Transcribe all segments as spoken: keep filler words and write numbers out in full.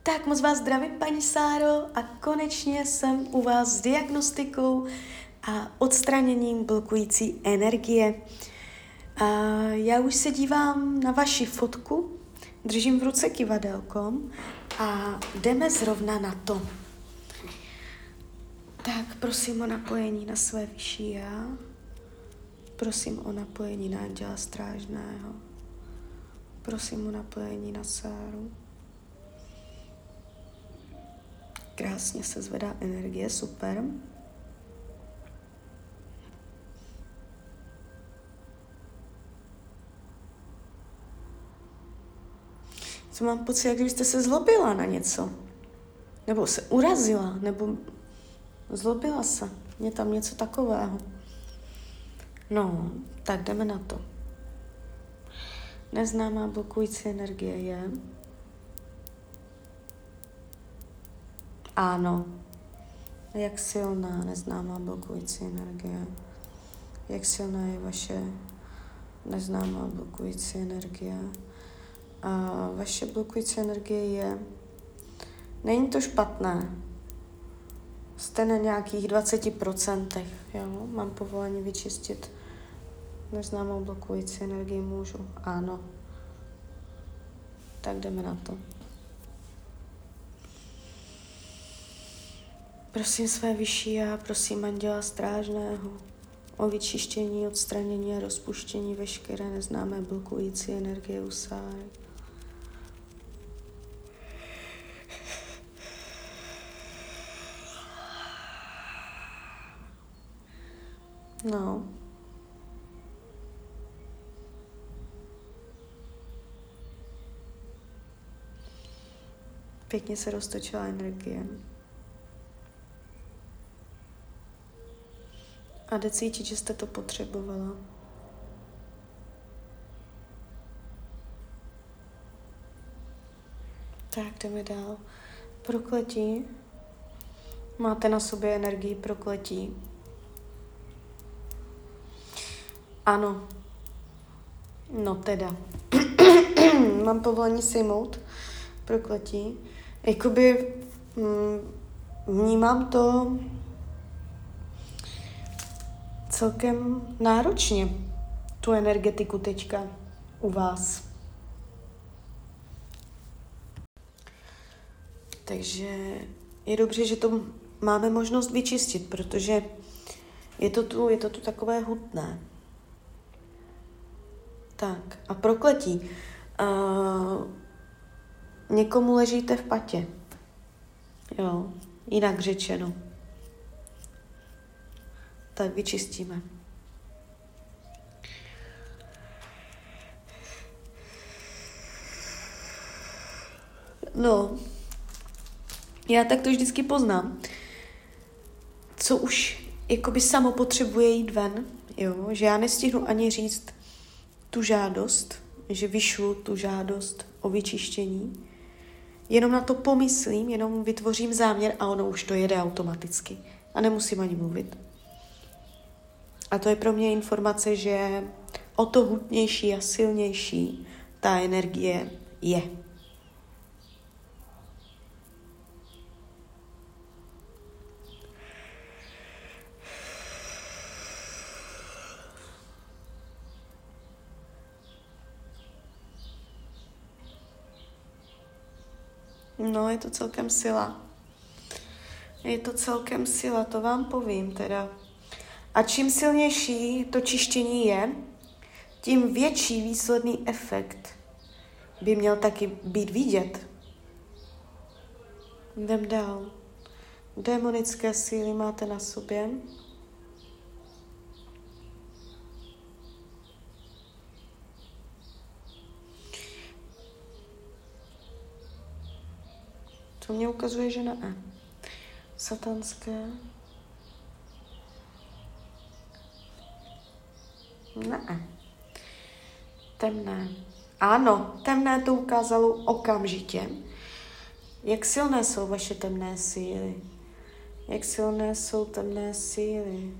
Tak moc vás zdravím, paní Sáro, a konečně jsem u vás s diagnostikou a odstraněním blokující energie. A já už se dívám na vaši fotku, držím v ruce kyvadelko a jdeme zrovna na to. Tak prosím o napojení na své vyšší já, prosím o napojení na Anděla Strážného, prosím o napojení na Sáru. Krásně se zvedá energie, super. Co mám pocit, jak kdybyste se zlobila na něco. Nebo se urazila, nebo zlobila se. Je tam něco takového. No, tak jdeme na to. Neznámá blokující energie je... Ano. Jak silná neznámá blokující energie? Jak silná je vaše neznámá blokující energie? A vaše blokující energie je... Není to špatné. Jste na nějakých dvacet procent. Jo? Mám povolení vyčistit neznámou blokující energii, můžu? Ano. Tak jdeme na to. Prosím své vyšší já, prosím Anděla Strážného o vyčištění, odstranění a rozpuštění veškeré neznámé blokující energie u Sáry. No. Pěkně se roztočila energie. A jde cítit, že jste to potřebovala. Tak, jdeme dál. Prokletí. Máte na sobě energii prokletí. Ano. No teda. Mám povolení sejmout prokletí. Jakoby mm, vnímám to celkem náročně, tu energetiku teďka u vás. Takže je dobře, že to máme možnost vyčistit, protože je to tu, je to tu takové hutné. Tak a prokletí. Uh, někomu ležíte v patě. Jo, jinak řečeno. Tak vyčistíme. No, já tak to vždycky poznám. Co už jakoby samo potřebuje jít ven, jo, že já nestihnu ani říct tu žádost, že vyšlu tu žádost o vyčištění. Jenom na to pomyslím, jenom vytvořím záměr a ono už to jede automaticky. A nemusím ani mluvit. A to je pro mě informace, že o to hutnější a silnější ta energie je. No, je to celkem sila. Je to celkem sila, to vám povím teda. A čím silnější to čištění je, tím větší výsledný efekt by měl taky být vidět. Jdem dál. Démonické síly máte na sobě. To mě ukazuje, že ne. Satanské. Ne. Temné. Ano, temné to ukázalo okamžitě. Jak silné jsou vaše temné síly? Jak silné jsou temné síly?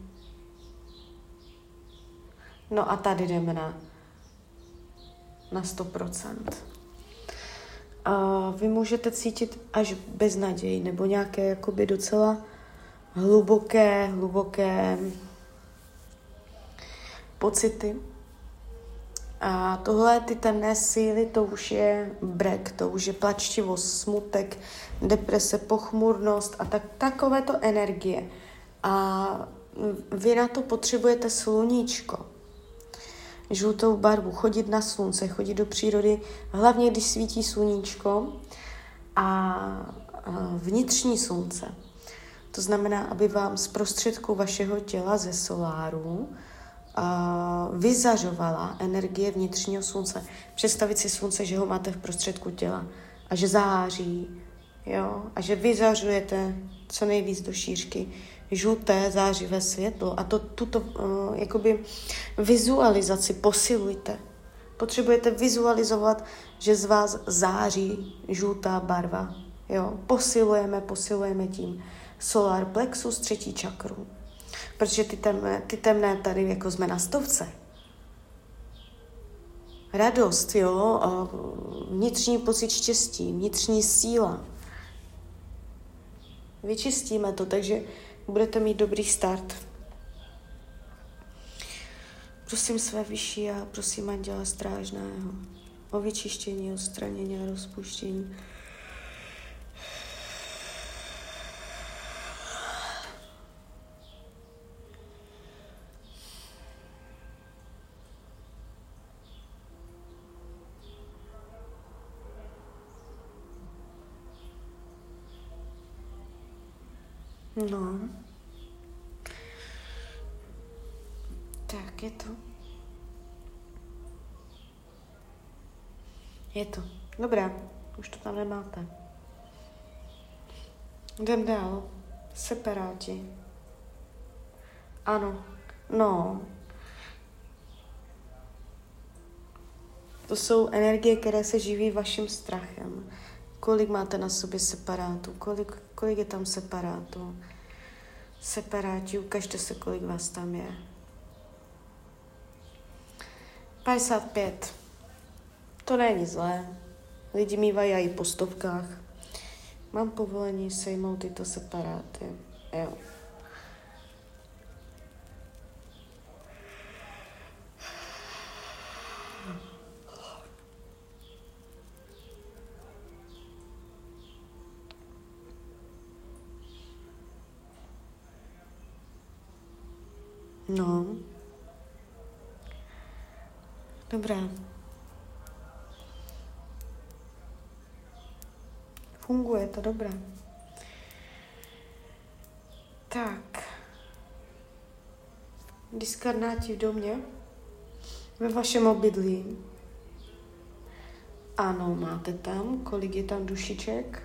No a tady jdeme na, na sto procent. a vy můžete cítit až beznaděj nebo nějaké jakoby docela hluboké, hluboké pocity. A tohle, ty temné síly, to už je brek, to už je plačtivost, smutek, deprese, pochmurnost a tak, takovéto energie. A vy na to potřebujete sluníčko, žlutou barvu, chodit na slunce, chodit do přírody, hlavně když svítí sluníčko a vnitřní slunce. To znamená, aby vám z prostředku vašeho těla ze soláru Uh, vyzařovala energie vnitřního slunce. Představit si slunce, že ho máte v prostředku těla a že září, jo, a že vyzařujete co nejvíc do šířky žluté zářivé světlo a to, tuto uh, jakoby vizualizaci posilujte. Potřebujete vizualizovat, že z vás září žlutá barva, jo. Posilujeme, posilujeme tím solar plexus, třetí čakru. Protože ty temné, ty temné tady jako jsme na stovce. Radost, jo, a vnitřní pocit štěstí, vnitřní síla. Vyčistíme to, takže budete mít dobrý start. Prosím své vyšší a prosím anděla strážného o vyčištění, odstranění a rozpuštění. No. Tak je to. Je to. Dobrá, už to tam nemáte. Jdem dál. Separáti. Ano. No. To jsou energie, které se živí vaším strachem. Kolik máte na sobě separátů? Kolik, kolik je tam separátů? Separáti, ukažte se, kolik vás tam je. padesát pět. To není zlé. Lidi mývají i po stovkách. Mám povolení sejmout tyto separáty. Jo. No. Dobrá. Funguje to, dobré. Tak. Diskarnáti v domě. Ve vašem obydlí. Ano, máte tam. Kolik je tam dušiček?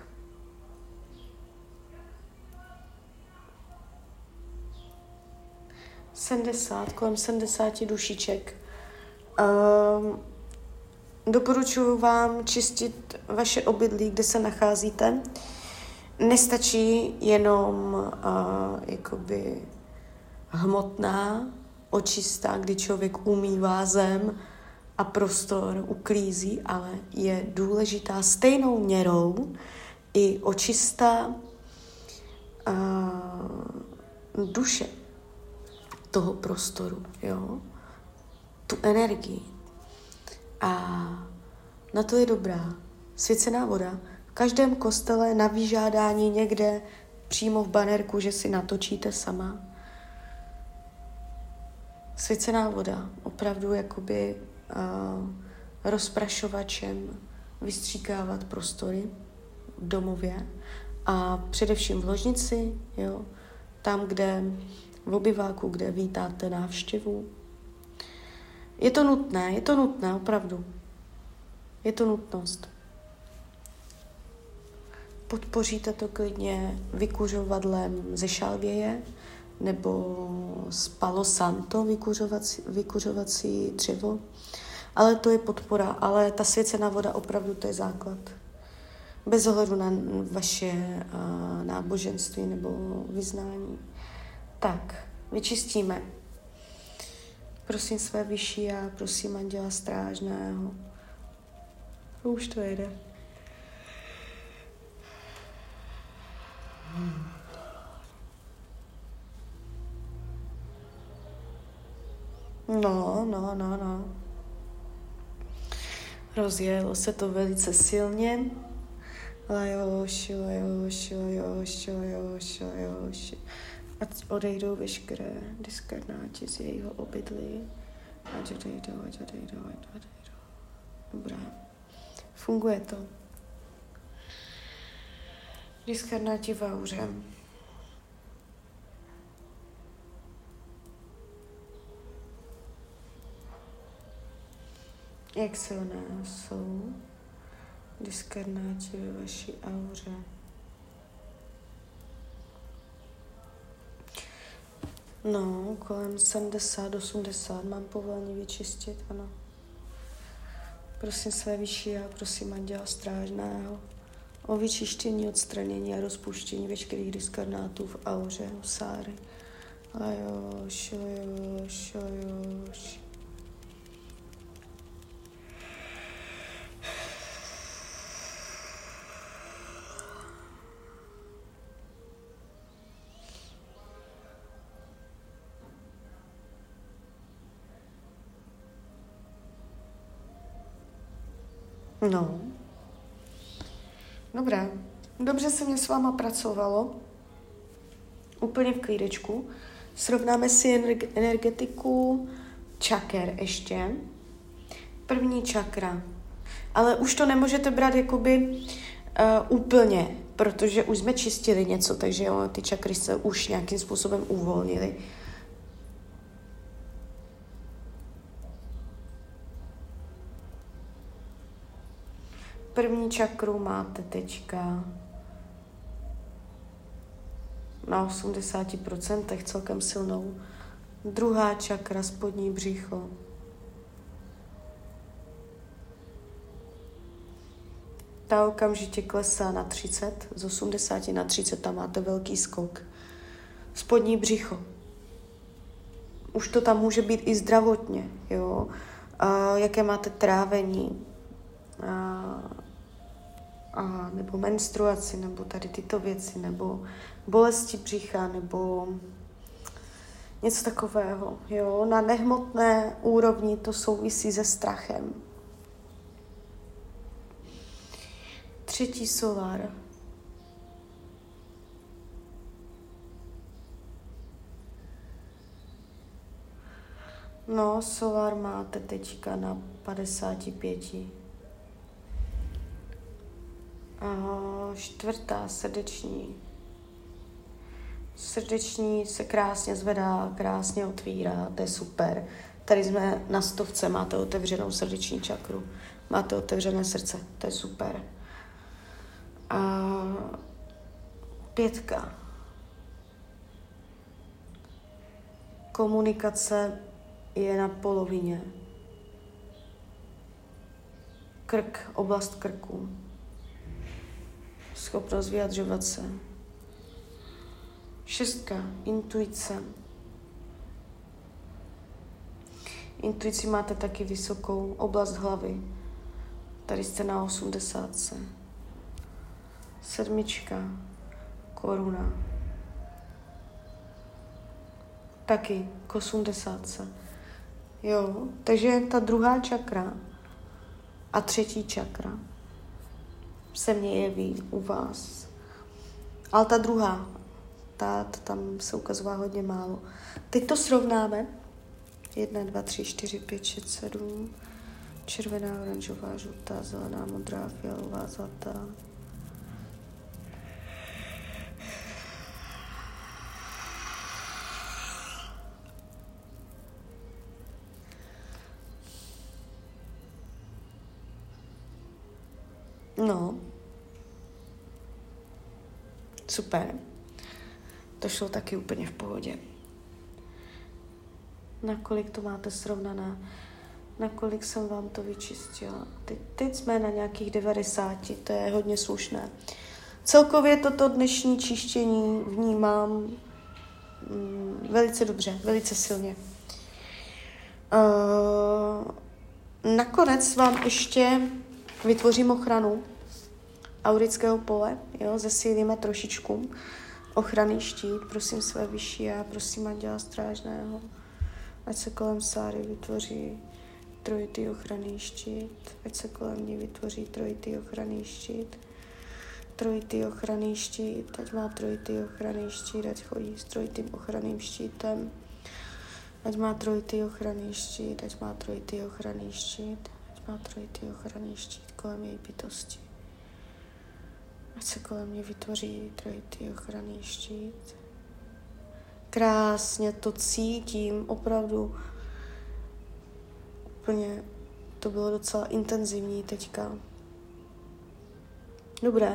sedmdesát, kolem sedmdesáti dušiček. Um, doporučuji vám čistit vaše obydlí, kde se nacházíte. Nestačí jenom uh, jakoby hmotná očista, kdy člověk umývá zem a prostor uklízí, ale je důležitá stejnou měrou i očista uh, duše toho prostoru, jo, tu energii. A na to je dobrá svěcená voda. V každém kostele na vyžádání někde přímo v banerku, že si natočíte sama. Svěcená voda, opravdu jakoby uh, rozprašovačem vystříkávat prostory v domově a především v ložnici, jo, tam, kde v obyváku, kde vítáte návštěvu. Je to nutné, je to nutné, opravdu. Je to nutnost. Podpoříte to klidně vykuřovadlem ze šalvěje nebo z Palo Santo vykuřovací, vykuřovací dřevo. Ale to je podpora, ale ta svěcená voda opravdu to je základ. Bez ohledu na vaše uh, náboženství nebo vyznání. Tak, vyčistíme. Prosím své vyšší a prosím anděla strážného. Už to jede. No, no, no, no. Rozjelo se to velice silně. Lajoši, lajoši, lajoši, lajoši, lajoši. Ať odejdou veškeré diskarnáti z jejího obydlí. Ať odejdou, ať odejdou, ať odejdou. Dobrá. Funguje to. Diskarnáti v auře. Jak silné jsou diskarnáti ve vaší auře? No, kolem sedmdesát osmdesát mám povolení vyčistit, ano. Prosím své vyšší já, prosím anděla strážného o vyčištění, odstranění a rozpuštění veškerých diskarnátů v auře Sáry. Lajoš, lajoš, lajoš. No. Dobré. Dobře se mě s váma pracovalo. Úplně v klídečku. Srovnáme si energetiku čaker ještě. První čakra. Ale už to nemůžete brát jakoby uh, úplně, protože už jsme čistili něco, takže jo, ty čakry se už nějakým způsobem uvolnily. První čakru máte teďka na osmdesát procent celkem silnou. Druhá čakra, spodní břicho. Ta okamžitě klesá na třicet, z osmdesáti na třicet tam máte velký skok. Spodní břicho. Už to tam může být i zdravotně, jo. A jaké máte trávení, a, a, nebo menstruaci, nebo tady tyto věci, nebo bolesti břicha, nebo něco takového, jo. Na nehmotné úrovni to souvisí se strachem. Třetí solar. No, solar máte teďka na padesát pět. A čtvrtá, srdeční. Srdeční se krásně zvedá, krásně otvírá, to je super. Tady jsme na stovce, máte otevřenou srdeční čakru. Máte otevřené srdce, to je super. A pětka. Komunikace je na polovině. Krk, oblast krku. Schopnost vyjadřovat se. Šestka, intuice. Intuici máte taky vysokou, oblast hlavy. Tady jste na osmdesátce. Sedmička, koruna. Taky k osmdesátce. Jo, takže ta druhá čakra a třetí čakra se mně jeví u vás. Ale ta druhá, ta, ta tam se ukazová hodně málo. Teď to srovnáme. Jedna, dva, tři, čtyři, pět, šest, sedm. Červená, oranžová, žlutá, zelená, modrá, fialová, zlatá. No. Super. To šlo taky úplně v pohodě. Nakolik to máte srovnané? Nakolik jsem vám to vyčistila? Teď, teď jsme na nějakých devadesáti, to je hodně slušné. Celkově toto dnešní čištění vnímám mm, velice dobře, velice silně. Uh, nakonec vám ještě vytvořím ochranu aurického pole, jo, zesílíme trošičku ochranný štít, prosím své vyšší a prosím Anděla Strážného, ať se kolem Sáry vytvoří trojitý ochranný štít, ať se kolem ní vytvoří trojitý ochranný štít, trojitý ochranný štít, ať má trojitý ochranný štít, ať chodí s trojitým ochranným štítem, ať má trojitý ochranný štít, ať má trojitý ochranný štít, ať má trojitý ochranný štít kolem její bytosti. Ať se kolem mě vytvoří trojitý ochranný štít. Krásně to cítím, opravdu úplně to bylo docela intenzivní teďka. Dobré.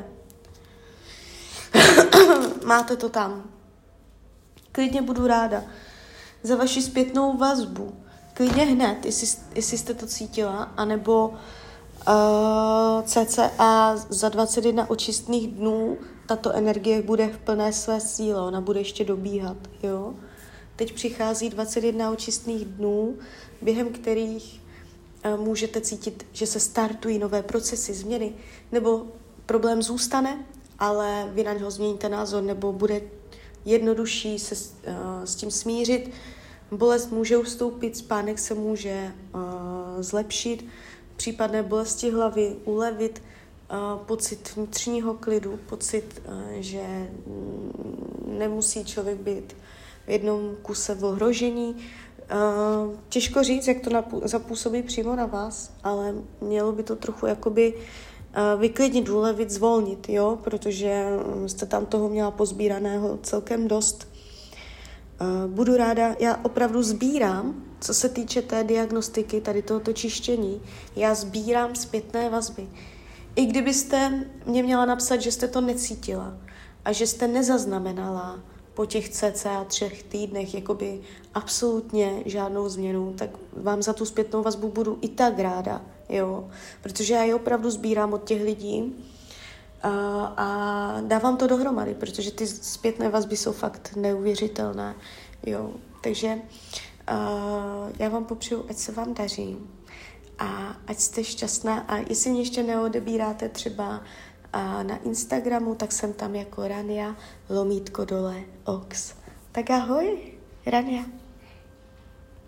Máte to tam. Klidně budu ráda za vaši zpětnou vazbu. Klidně hned, jestli, jestli jste to cítila, anebo uh, cca za dvacet jedna očistných dnů tato energie bude v plné své síle, ona bude ještě dobíhat, jo. Teď přichází dvacet jedna očistných dnů, během kterých uh, můžete cítit, že se startují nové procesy, změny, nebo problém zůstane, ale vy na něho změníte názor, nebo bude jednodušší se uh, s tím smířit. Bolest může ustoupit, spánek se může uh, zlepšit, případné bolesti hlavy ulevit, uh, pocit vnitřního klidu, pocit, uh, že nemusí člověk být v jednom kuse v ohrožení. Uh, těžko říct, jak to napů- zapůsobí přímo na vás, ale mělo by to trochu jakoby uh, vyklidnit, ulevit, zvolnit, jo? Protože jste tam toho měla pozbíraného celkem dost. Uh, budu ráda, já opravdu sbírám, co se týče té diagnostiky, tady tohoto čištění, já sbírám zpětné vazby. I kdybyste mě měla napsat, že jste to necítila a že jste nezaznamenala po těch cca třech týdnech jakoby absolutně žádnou změnu, tak vám za tu zpětnou vazbu budu i tak ráda, jo, protože já ji opravdu sbírám od těch lidí a, a dávám to dohromady, protože ty zpětné vazby jsou fakt neuvěřitelné, jo, takže uh, já vám popřeju, ať se vám daří a ať jste šťastná a jestli mě ještě neodebíráte třeba a na Instagramu, tak jsem tam jako Rania, lomítko dole, ox. Tak ahoj, Rania.